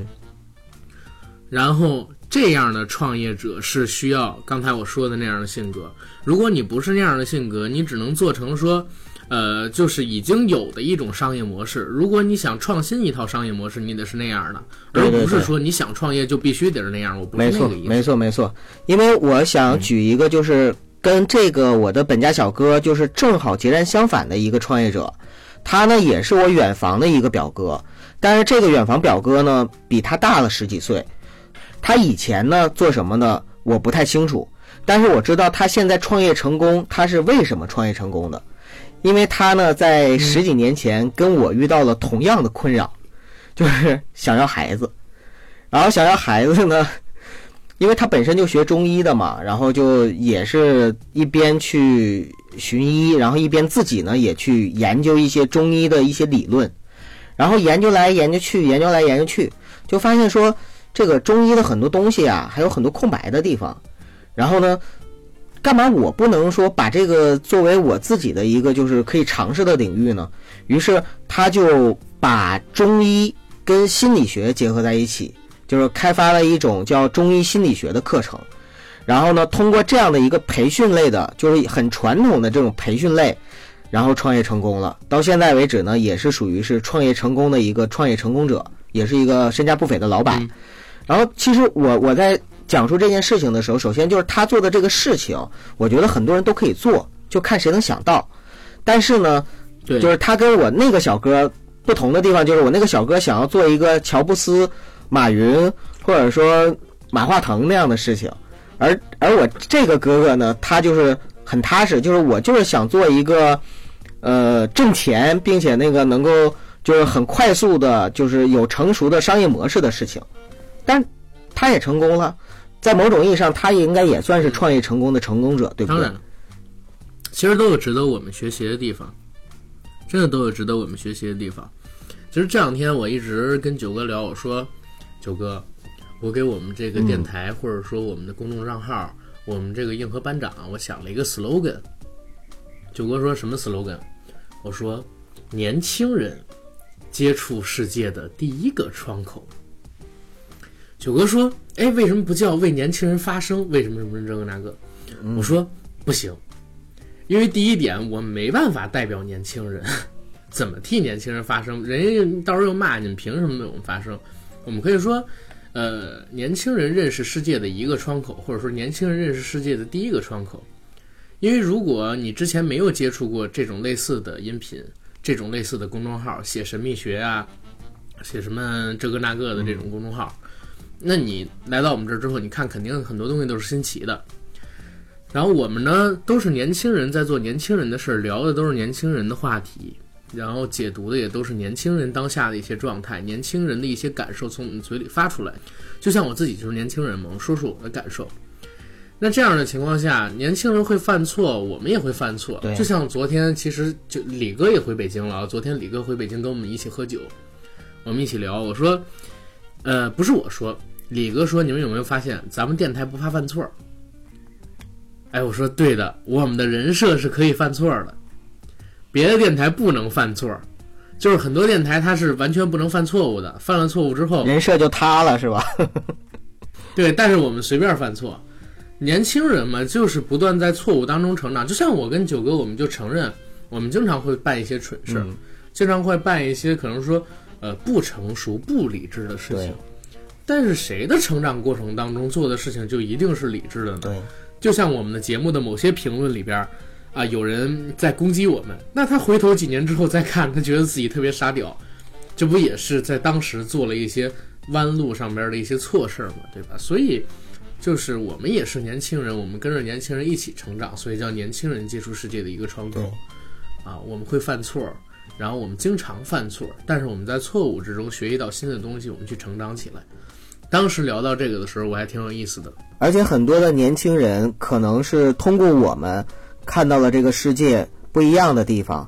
然后这样的创业者是需要刚才我说的那样的性格。如果你不是那样的性格，你只能做成说就是已经有的一种商业模式。如果你想创新一套商业模式，你得是那样的，而不是说你想创业就必须得是那样。我不是那个意思。 没错。因为我想举一个就是跟这个我的本家小哥就是正好截然相反的一个创业者，他呢也是我远房的一个表哥，但是这个远房表哥呢比他大了10几岁。他以前呢做什么呢我不太清楚，但是我知道他现在创业成功，他是为什么创业成功的。因为他呢在10几年前跟我遇到了同样的困扰，就是想要孩子。然后想要孩子呢，因为他本身就学中医的嘛，然后就也是一边去寻医，然后一边自己呢也去研究一些中医的一些理论，然后研究来研究去，就发现说这个中医的很多东西啊还有很多空白的地方。然后呢干嘛我不能说把这个作为我自己的一个就是可以尝试的领域呢？于是他就把中医跟心理学结合在一起，就是开发了一种叫中医心理学的课程。然后呢通过这样的一个培训类的，就是很传统的这种培训类，然后创业成功了。到现在为止呢也是属于是创业成功的一个创业成功者，也是一个身价不菲的老板。然后其实我在讲述这件事情的时候，首先就是他做的这个事情我觉得很多人都可以做，就看谁能想到。但是呢就是他跟我那个小哥不同的地方，就是我那个小哥想要做一个乔布斯、马云或者说马化腾那样的事情，而我这个哥哥呢他就是很踏实，就是我就是想做一个挣钱并且那个能够就是很快速的就是有成熟的商业模式的事情。但他也成功了，在某种意义上他应该也算是创业成功的成功者，对不对？ 当然，其实都有值得我们学习的地方，真的都有值得我们学习的地方。其实这两天我一直跟九哥聊，我说九哥，我给我们这个电台或者说我们的公众账号，我们这个硬核班长，我想了一个 slogan。九哥说什么 slogan？ 我说年轻人接触世界的第一个窗口。九哥说为什么不叫为年轻人发声，为什么这个那个？我说不行，因为第一点我没办法代表年轻人，怎么替年轻人发声？人家到时候又骂你们凭什么为我们发声？我们可以说年轻人认识世界的一个窗口，或者说年轻人认识世界的第一个窗口。因为如果你之前没有接触过这种类似的音频，这种类似的公众号，写神秘学啊，写什么这个那个的这种公众号，那你来到我们这儿之后，你看肯定很多东西都是新奇的。然后我们呢都是年轻人在做年轻人的事儿，聊的都是年轻人的话题，然后解读的也都是年轻人当下的一些状态，年轻人的一些感受从我们嘴里发出来。就像我自己就是年轻人嘛，我说说我的感受。那这样的情况下，年轻人会犯错，我们也会犯错。就像昨天其实就李哥也回北京了，昨天李哥回北京跟我们一起喝酒，我们一起聊，我说不是我说，李哥说你们有没有发现咱们电台不怕犯错？我说对的，我们的人设是可以犯错的，别的电台不能犯错，就是很多电台它是完全不能犯错误的，犯了错误之后人设就塌了，是吧？ 对，但是我们随便犯错。年轻人嘛，就是不断在错误当中成长。就像我跟九哥，我们就承认我们经常会办一些蠢事，经常会办一些可能说不成熟不理智的事情。但是谁的成长过程当中做的事情就一定是理智的呢？ 对， 就像我们的节目的某些评论里边有人在攻击我们，那他回头几年之后再看，他觉得自己特别傻屌，这不也是在当时做了一些弯路上边的一些错事嘛，对吧？所以就是我们也是年轻人，我们跟着年轻人一起成长，所以叫年轻人接触世界的一个窗口。我们会犯错，然后我们经常犯错，但是我们在错误之中学习到新的东西，我们去成长起来。当时聊到这个的时候，我还挺有意思的。 而且很多的年轻人可能是通过我们看到了这个世界不一样的地方，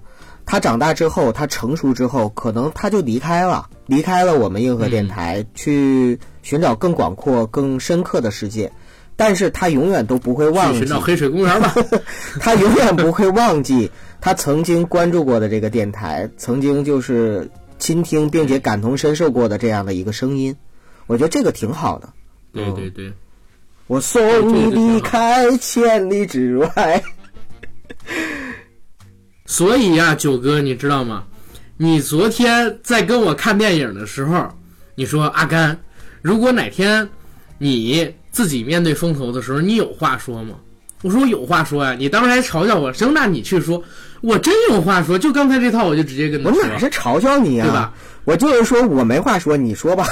他长大之后，他成熟之后，可能他就离开了我们硬核电台，去寻找更广阔、更深刻的世界。但是他永远都不会忘记， 去寻找黑水公园吧。 他永远不会忘记他曾经关注过的这个电台，曾经就是倾听并且感同身受过的这样的一个声音。我觉得这个挺好的。 对对对， 我送你离开千里之外。 所以呀，九哥，你知道吗？你昨天在跟我看电影的时候，你说阿甘，如果哪天你自己面对风头的时候，你有话说吗？我说我有话说呀。你当时还嘲笑我，行，那你去说。我真有话说，就刚才这套我就直接跟他说。 我哪是嘲笑你啊？ 对吧？ 我就是说我没话说，你说吧。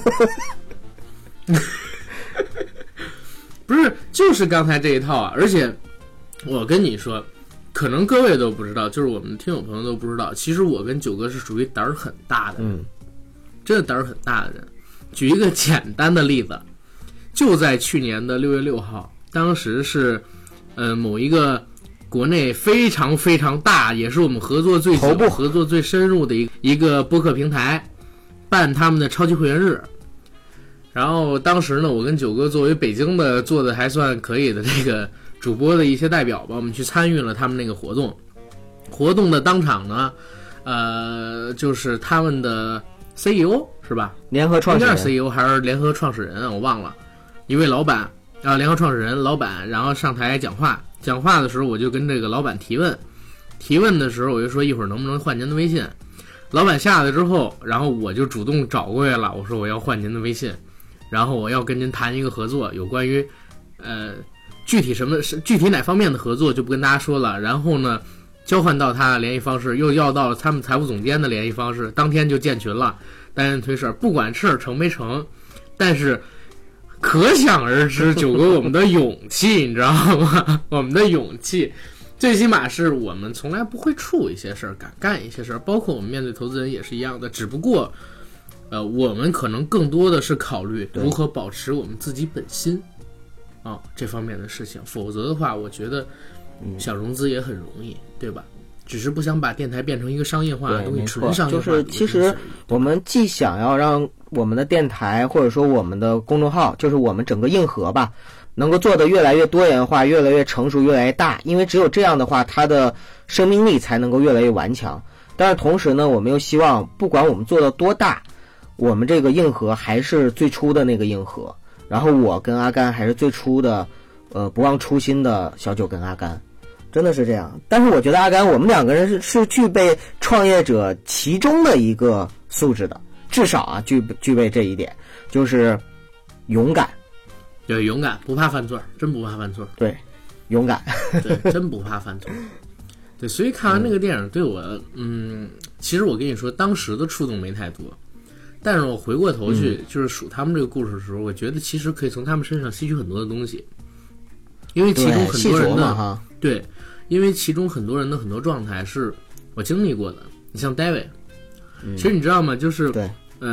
不是，就是刚才这一套啊。而且我跟你说，可能各位都不知道，就是我们的听友朋友都不知道，其实我跟九哥是属于胆儿很大的人，真的胆儿很大的人。举一个简单的例子，就在去年的6月6号，当时是某一个国内非常非常大，也是我们合作最久、合作最深入的一个播客平台办他们的超级会员日。然后当时呢，我跟九哥作为北京的做的还算可以的这个主播的一些代表吧，我们去参与了他们那个活动。活动的当场呢，就是他们的 CEO 是吧？ 联合创始人 CEO 还是联合创始人我忘了，一位老板啊，联合创始人老板，然后上台讲话。讲话的时候，我就跟这个老板提问的时候，我就说一会儿能不能换您的微信。老板下来之后，然后我就主动找过来了，我说我要换您的微信，然后我要跟您谈一个合作，有关于具体哪方面的合作就不跟大家说了。然后呢，交换到他的联系方式，又要到他们财务总监的联系方式，当天就建群了，单人推事，不管事儿成没成，但是可想而知，九哥我们的勇气，你知道吗？我们的勇气，最起码是我们从来不会怵一些事儿，敢干一些事儿，包括我们面对投资人也是一样的，只不过我们可能更多的是考虑如何保持我们自己本心这方面的事情，否则的话我觉得想融资也很容易，对吧？只是不想把电台变成一个商业化的东西，纯商业化。 就是其实我们既想要让我们的电台或者说我们的公众号，就是我们整个硬核吧，能够做得越来越多元化，越来越成熟，越来越大，因为只有这样的话，它的生命力才能够越来越顽强。但是同时呢，我们又希望不管我们做到多大，我们这个硬核还是最初的那个硬核，然后我跟阿甘还是最初的不忘初心的小九跟阿甘，真的是这样。但是我觉得阿甘我们两个人是具备创业者其中的一个素质的，至少啊具备这一点，就是勇敢。 对，勇敢，不怕犯错，真不怕犯错。 对，勇敢。 对，真不怕犯错。对，所以看完那个电影对我其实我跟你说当时的触动没太多，但是我回过头去就是数他们这个故事的时候，我觉得其实可以从他们身上吸取很多的东西，因为其中很多人的对，因为其中很多人的很多状态是我经历过的。你像 David，其实你知道吗？就是对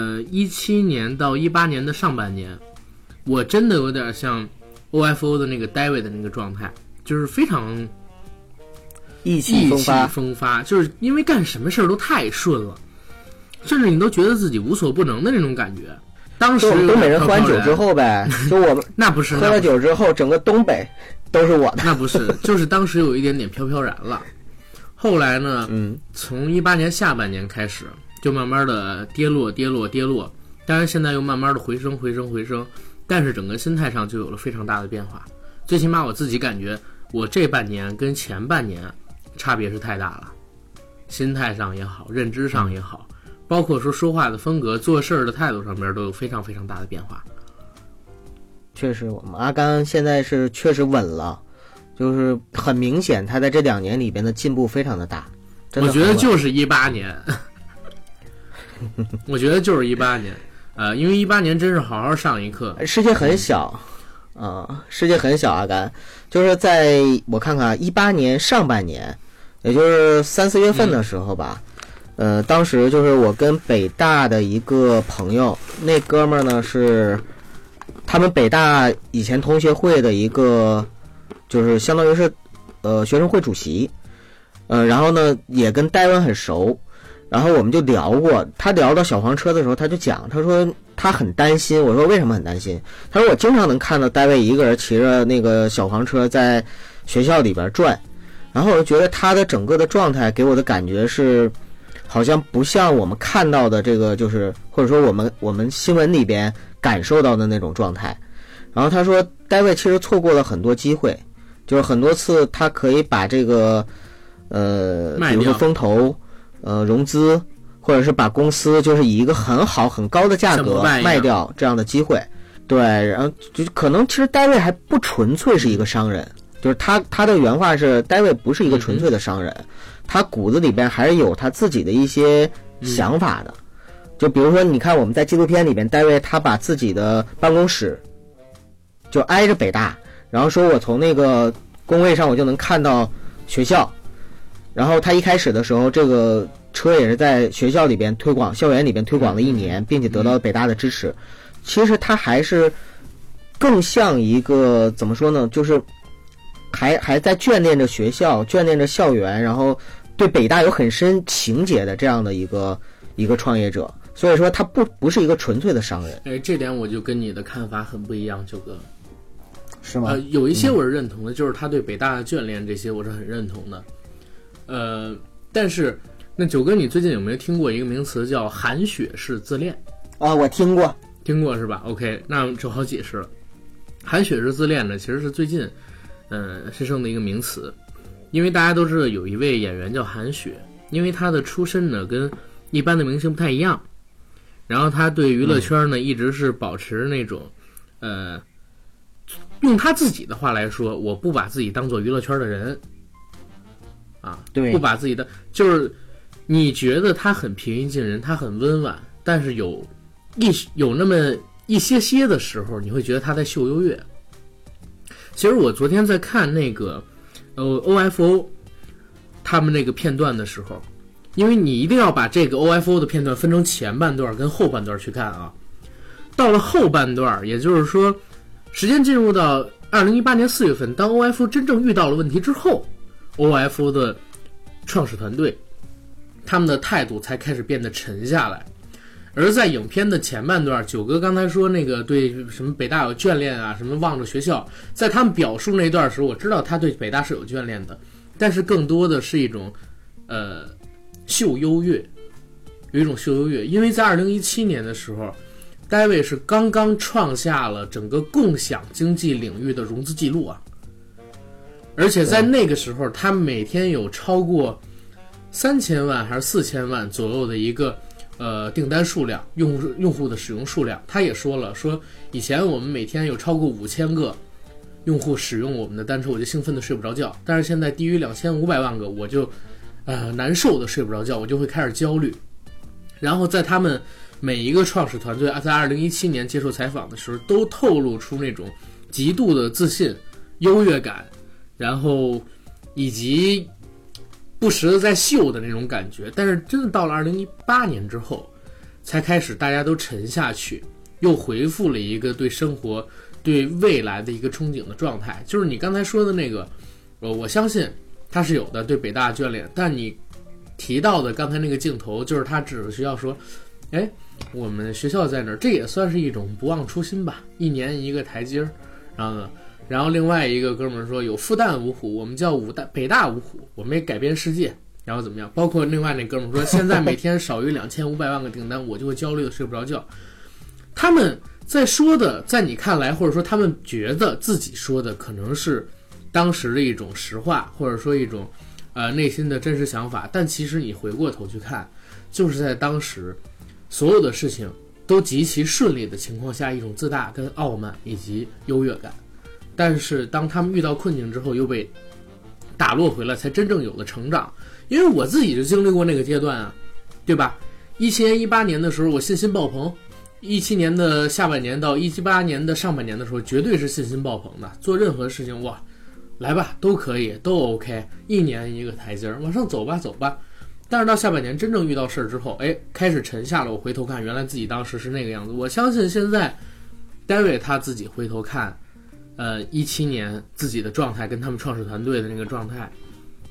17年到18年的上半年，我真的有点像 OFO 的那个 David 的那个状态，就是非常意气风发，就是因为干什么事儿都太顺了，甚至你都觉得自己无所不能的那种感觉。当时东北人喝完酒之后呗，就我们那不是喝了酒之后，整个东北都是我的。 那不是，就是当时有一点点飘飘然了。后来呢，从18年下半年开始，就慢慢的跌落，当然现在又慢慢的回升，但是整个心态上就有了非常大的变化。最起码我自己感觉，我这半年跟前半年差别是太大了，心态上也好，认知上也好，包括说话的风格、做事的态度上面都有非常非常大的变化。 确实，我们阿甘现在是确实稳了，就是很明显，他在这2年里边的进步非常的大。 我觉得就是18年，我觉得就是18年，因为18年真是好好上一课。 世界很小，世界很小。阿甘就是在我看看18年上半年，也就是3、4月份的时候吧。当时就是我跟北大的一个朋友，那哥们儿呢是他们北大以前同学会的一个，就是相当于是学生会主席。 然后呢也跟戴文很熟，然后我们就聊过，他聊到小黄车的时候，他就讲，他说他很担心，我说为什么很担心？他说我经常能看到戴维一个人骑着那个小黄车在学校里边转，然后我就觉得他的整个的状态给我的感觉是好像不像我们看到的这个，就是或者说我们新闻里边感受到的那种状态。然后他说戴维其实错过了很多机会，就是很多次他可以把这个比如说风投融资，或者是把公司就是以一个很好很高的价格卖掉这样的机会。对，然后就可能其实戴维还不纯粹是一个商人，就是他的原话是戴维不是一个纯粹的商人，他骨子里边还是有他自己的一些想法的。就比如说你看我们在纪录片里边，戴维他把自己的办公室就挨着北大，然后说我从那个工位上我就能看到学校，然后他一开始的时候这个车也是在学校里边推广，校园里边推广了1年，并且得到了北大的支持。其实他还是更像一个怎么说呢，就是还在眷恋着学校，眷恋着校园，然后对北大有很深情结的这样的一个创业者。所以说他不是一个纯粹的商人。 哎，这点我就跟你的看法很不一样，九哥。 是吗？ 有一些我是认同的，就是他对北大的眷恋，这些我是很认同的。但是那九哥，你最近有没有听过一个名词叫含血式自恋？ 啊，我听过是吧 ？OK， 那就好解释了。含血式自恋呢，其实是最近新生的一个名词，因为大家都知道有一位演员叫韩雪，因为他的出身呢跟一般的明星不太一样，然后他对娱乐圈呢一直是保持那种用他自己的话来说，我不把自己当做娱乐圈的人啊， 对， 不把自己的，就是你觉得他很平易近人，他很温婉，但是有那么一些的时候，你会觉得他在秀优越。其实我昨天在看那个OFO 他们那个片段的时候，因为你一定要把这个 OFO 的片段分成前半段跟后半段去看啊。到了后半段，也就是说时间进入到2018年4月份，当 OFO 真正遇到了问题之后， OFO 的创始团队他们的态度才开始变得沉下来。而在影片的前半段，九哥刚才说那个对什么北大有眷恋啊，什么望着学校，在他们表述那段时候，我知道他对北大是有眷恋的，但是更多的是一种秀优越，有一种秀优越。因为在2017年的时候，戴维是刚刚创下了整个共享经济领域的融资记录啊，而且在那个时候，他每天有超过3000万还是4000万左右的一个订单数量，用户的使用数量。他也说了，说以前我们每天有超过5000个用户使用我们的单车，我就兴奋的睡不着觉，但是现在低于2500万个，我就难受的睡不着觉，我就会开始焦虑。然后在他们每一个创始团队在2017年接受采访的时候，都透露出那种极度的自信、优越感，然后以及不时的在秀的那种感觉。但是真的到了2018年之后，才开始大家都沉下去，又恢复了一个对生活、对未来的一个憧憬的状态。就是你刚才说的那个，我相信他是有的对北大眷恋，但你提到的刚才那个镜头，就是他指着学校说，哎，我们学校在那儿，这也算是一种不忘初心吧，1年一个台阶。然后另外一个哥们儿说，有复旦五虎，我们叫北大五虎，我们也改变世界，然后怎么样？包括另外那哥们儿说，现在每天少于2500万个订单，我就会焦虑的睡不着觉。他们在说的，在你看来，或者说他们觉得自己说的可能是当时的一种实话，或者说一种内心的真实想法，但其实你回过头去看，就是在当时所有的事情都极其顺利的情况下，一种自大跟傲慢以及优越感。但是当他们遇到困境之后，又被打落回来，才真正有了成长。因为我自己就经历过那个阶段啊，对吧？17年、18年的时候，我信心爆棚；17年的下半年到18年的上半年的时候，绝对是信心爆棚的。做任何事情，哇，来吧，都可以，都 OK， 1年一个台阶，往上走吧，走吧。但是到下半年真正遇到事儿之后，哎，开始沉下了。我回头看，原来自己当时是那个样子。我相信现在 David 他自己回头看，17年自己的状态跟他们创始团队的那个状态，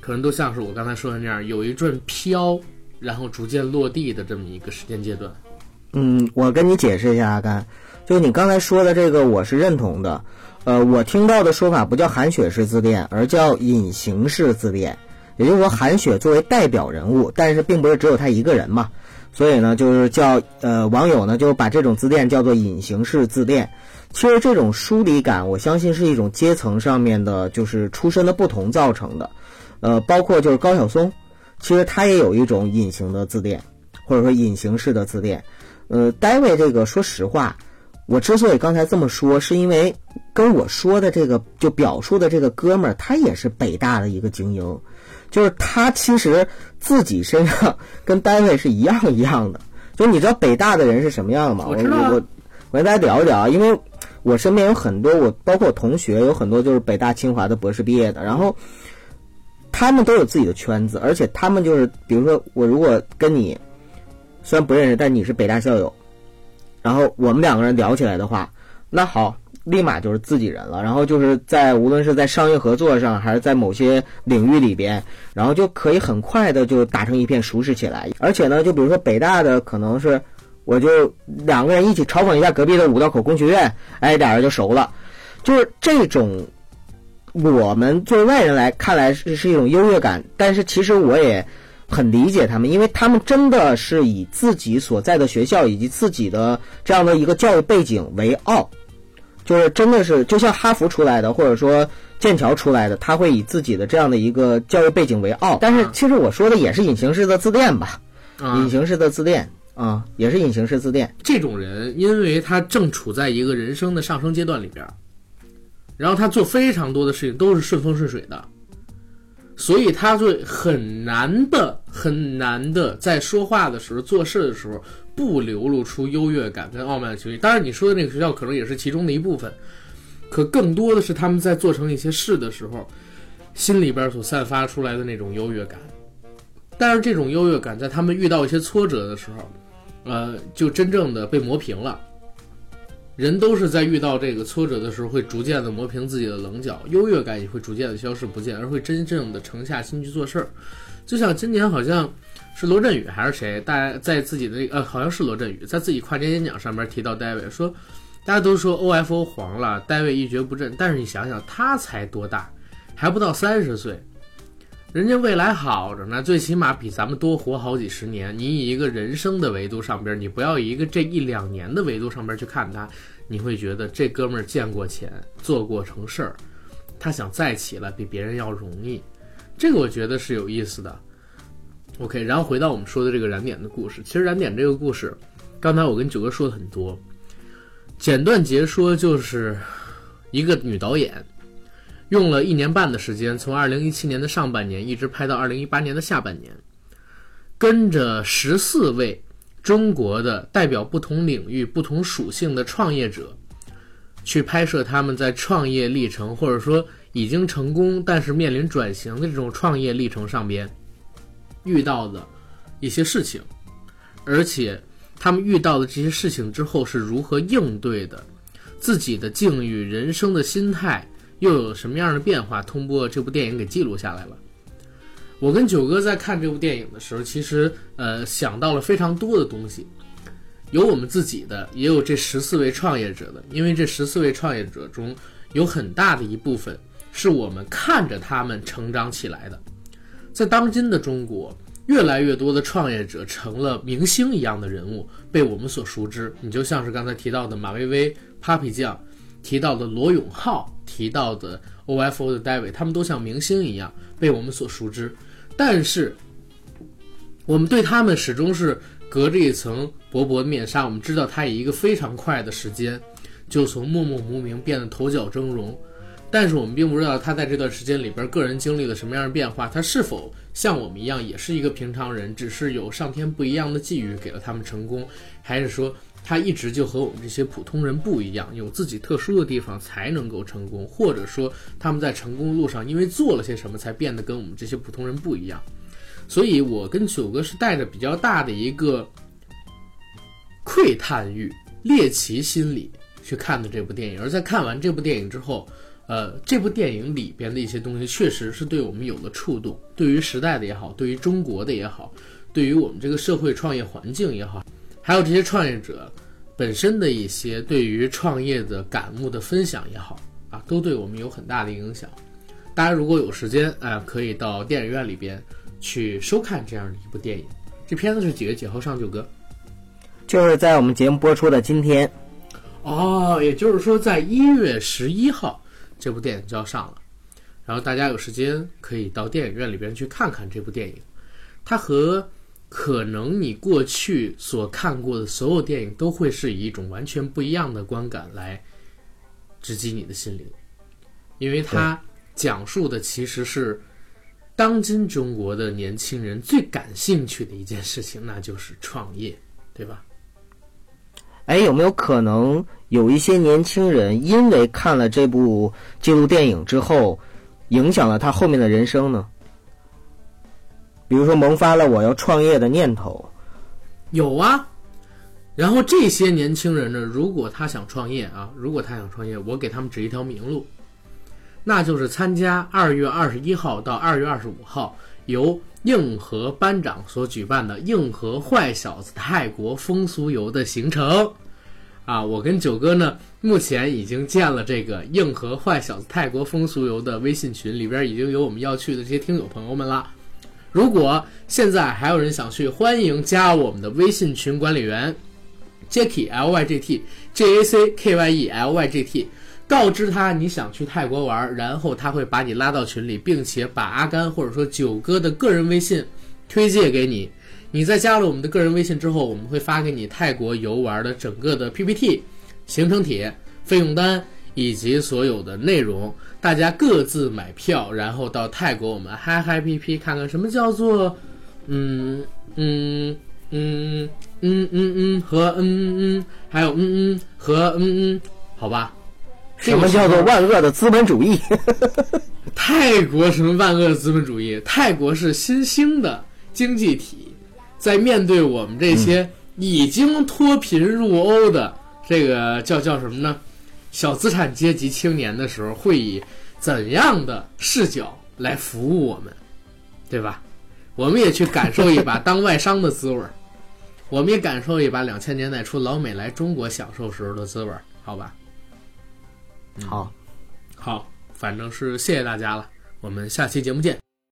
可能都像是我刚才说的那样，有一阵飘，然后逐渐落地的这么一个时间阶段。 我跟你解释一下，阿甘，就你刚才说的这个，我是认同的。我听到的说法不叫韩雪式自恋，而叫隐形式自恋。也就是说，韩雪作为代表人物，但是并不是只有她一个人嘛，所以呢，就是叫网友呢就把这种自恋叫做隐形式自恋。其实这种疏离感，我相信是一种阶层上面的，就是出身的不同造成的。包括就是高晓松，其实他也有一种隐形的自恋，或者说隐形式的自恋。David 这个，说实话，我之所以刚才这么说，是因为跟我说的这个就表述的这个哥们儿，他也是北大的一个精英，就是他其实自己身上跟David是一样一样的。就你知道北大的人是什么样吗？ 我知道。 我跟大家聊一聊，因为我身边有很多，我包括我同学有很多就是北大清华的博士毕业的，然后他们都有自己的圈子，而且他们就是比如说我如果跟你虽然不认识，但你是北大校友，然后我们两个人聊起来的话，那好，立马就是自己人了。然后就是在无论是在商业合作上还是在某些领域里边，然后就可以很快的就打成一片熟识起来。而且呢，就比如说北大的可能是我就两个人一起嘲讽一下隔壁的五道口工学院，俩人就熟了。就是这种我们作为外人来看来是一种优越感，但是其实我也很理解他们，因为他们真的是以自己所在的学校以及自己的这样的一个教育背景为傲，就是真的是就像哈佛出来的或者说剑桥出来的，他会以自己的这样的一个教育背景为傲。但是其实我说的也是隐形式的自恋吧，隐形式的自恋也是隐形式自恋。 这种人因为他正处在一个人生的上升阶段里边，然后他做非常多的事情都是顺风顺水的，所以他就很难的在说话的时候做事的时候不流露出优越感跟傲慢的情绪。当然你说的那个学校可能也是其中的一部分，可更多的是他们在做成一些事的时候心里边所散发出来的那种优越感。但是这种优越感在他们遇到一些挫折的时候就真正的被磨平了。人都是在遇到这个挫折的时候会逐渐的磨平自己的棱角，优越感也会逐渐的消失不见，而会真正的沉下心去做事儿。就像今年好像是罗振宇还是谁，大家在自己的好像是罗振宇在自己跨年演讲上面提到戴维，说大家都说 OFO 黄了，戴维一蹶不振，但是你想想他才多大，还不到30岁，人家未来好着呢，最起码比咱们多活好几十年。你以一个人生的维度上边，你不要以一个这1-2年的维度上边去看他，你会觉得这哥们儿见过钱，做过成事儿，他想再起来比别人要容易。这个我觉得是有意思的。OK， 然后回到我们说的这个燃点的故事，其实燃点这个故事刚才我跟九哥说的很多，简短截说就是一个女导演用了1年半的时间，从2017年的上半年一直拍到2018年的下半年，跟着14位中国的代表不同领域不同属性的创业者去拍摄他们在创业历程，或者说已经成功但是面临转型的这种创业历程上边遇到的一些事情，而且他们遇到的这些事情之后是如何应对的，自己的境遇人生的心态又有什么样的变化，通过这部电影给记录下来了。我跟九哥在看这部电影的时候，其实想到了非常多的东西，有我们自己的，也有这14位创业者的。因为这14位创业者中有很大的一部分是我们看着他们成长起来的。在当今的中国，越来越多的创业者成了明星一样的人物，被我们所熟知。你就像是刚才提到的马薇薇、Papi 酱，提到的罗永浩，提到的 OFO 的 David， 他们都像明星一样被我们所熟知。但是我们对他们始终是隔着一层薄薄的面纱，我们知道他以一个非常快的时间就从默默无名变得头角峥嵘，但是我们并不知道他在这段时间里边个人经历了什么样的变化，他是否像我们一样也是一个平常人，只是有上天不一样的际遇给了他们成功，还是说他一直就和我们这些普通人不一样，有自己特殊的地方才能够成功，或者说他们在成功路上因为做了些什么才变得跟我们这些普通人不一样。所以我跟九哥是带着比较大的一个窥探欲、猎奇心理去看的这部电影。而在看完这部电影之后这部电影里边的一些东西确实是对我们有了触动，对于时代的也好，对于中国的也好，对于我们这个社会创业环境也好，还有这些创业者本身的一些对于创业的感悟的分享也好啊，都对我们有很大的影响。大家如果有时间可以到电影院里边去收看这样的一部电影。这片子是几月几号上九哥？ 就是在我们节目播出的今天。 也就是说在1月11号这部电影就要上了，然后大家有时间可以到电影院里边去看看这部电影。它和可能你过去所看过的所有电影都会是以一种完全不一样的观感来直击你的心灵，因为它讲述的其实是当今中国的年轻人最感兴趣的一件事情，那就是创业，对吧？ 有没有可能有一些年轻人因为看了这部纪录电影之后影响了他后面的人生呢？比如说萌发了我要创业的念头。 有啊，然后这些年轻人呢，如果他想创业，我给他们指一条明路，那就是参加2月21号到2月25号由硬核班长所举办的硬核坏小子泰国风俗游的行程啊！我跟九哥呢目前已经建了这个硬核坏小子泰国风俗游的微信群，里边已经有我们要去的这些听友朋友们了。如果现在还有人想去，欢迎加我们的微信群管理员 Jacky LYGT JACKYE LYGT， 告知他你想去泰国玩，然后他会把你拉到群里，并且把阿甘或者说九哥的个人微信推荐给你。你在加了我们的个人微信之后，我们会发给你泰国游玩的整个的 PPT 行程帖、费用单以及所有的内容，大家各自买票，然后到泰国我们嗨嗨皮皮看看什么叫做和还有和好吧？ 什么叫做万恶的资本主义？ 泰国什么万恶的资本主义？泰国是新兴的经济体，在面对我们这些已经脱贫入欧的这个叫什么呢？小资产阶级青年的时候，会以怎样的视角来服务我们，对吧？我们也去感受一把当外商的滋味，我们也感受一把2000年代初老美来中国享受时候的滋味，好吧？ 好， 反正是谢谢大家了，我们下期节目见。